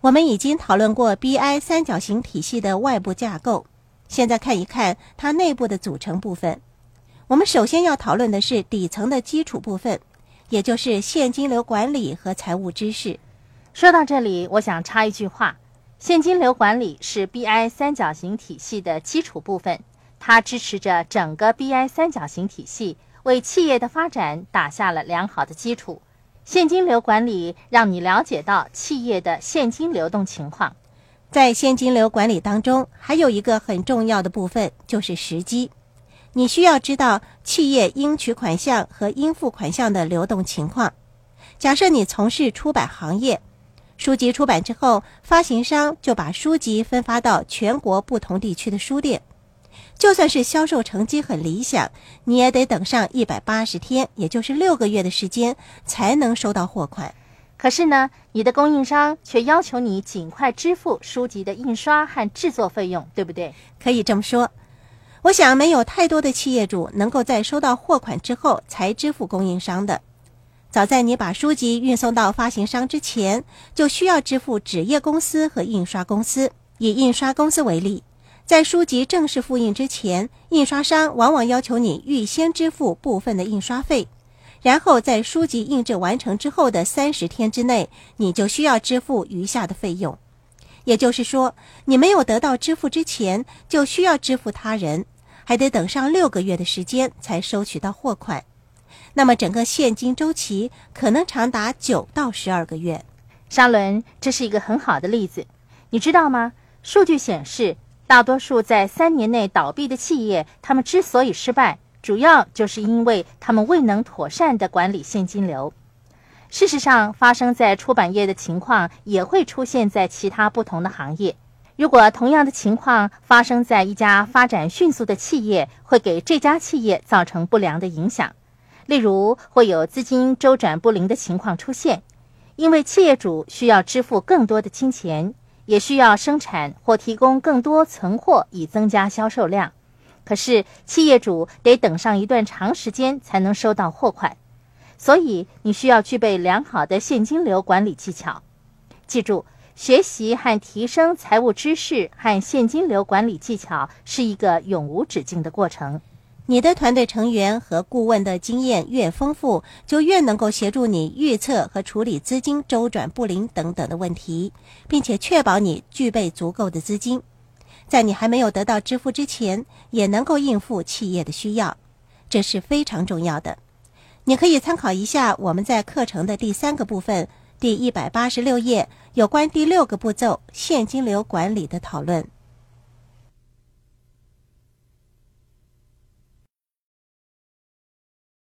我们已经讨论过 BI 三角形体系的外部架构，现在看一看它内部的组成部分。我们首先要讨论的是底层的基础部分，也就是现金流管理和财务知识。 说到这里，我想插一句话，现金流管理是 BI 三角形体系的基础部分，它支持着整个 BI 三角形体系，为企业的发展打下了良好的基础。现金流管理让你了解到企业的现金流动情况。 在现金流管理当中，还有一个很重要的部分，就是时机。你需要知道企业应取款项和应付款项的流动情况。假设你从事出版行业，书籍出版之后，发行商就把书籍分发到全国不同地区的书店。就算是销售成绩很理想，你也得等上180天，也就是6个月的时间，才能收到货款。 可是呢，你的供应商却要求你尽快支付书籍的印刷和制作费用，对不对？ 可以这么说。我想没有太多的企业主能够在收到货款之后才支付供应商的。早在你把书籍运送到发行商之前，就需要支付纸业公司和印刷公司。以印刷公司为例，在书籍正式复印之前，印刷商往往要求你预先支付部分的印刷费，然后在书籍印制完成之后的30天之内，你就需要支付余下的费用。也就是说，你没有得到支付之前，就需要支付他人，还得等上6个月的时间才收取到货款。那么整个现金周期可能长达9到12个月。 沙伦，这是一个很好的例子。你知道吗？数据显示，大多数在3年内倒闭的企业，他们之所以失败，主要就是因为他们未能妥善地管理现金流。事实上，发生在出版业的情况也会出现在其他不同的行业。如果同样的情况发生在一家发展迅速的企业，会给这家企业造成不良的影响。例如，会有资金周转不灵的情况出现，因为企业主需要支付更多的金钱，也需要生产或提供更多存货以增加销售量。可是，企业主得等上一段长时间才能收到货款。所以你需要具备良好的现金流管理技巧。记住，学习和提升财务知识和现金流管理技巧是一个永无止境的过程。 你的团队成员和顾问的经验越丰富，就越能够协助你预测和处理资金周转不灵等等的问题，并且确保你具备足够的资金，在你还没有得到支付之前，也能够应付企业的需要。这是非常重要的。你可以参考一下我们在课程的第3个部分，第186页有关第6个步骤现金流管理的讨论。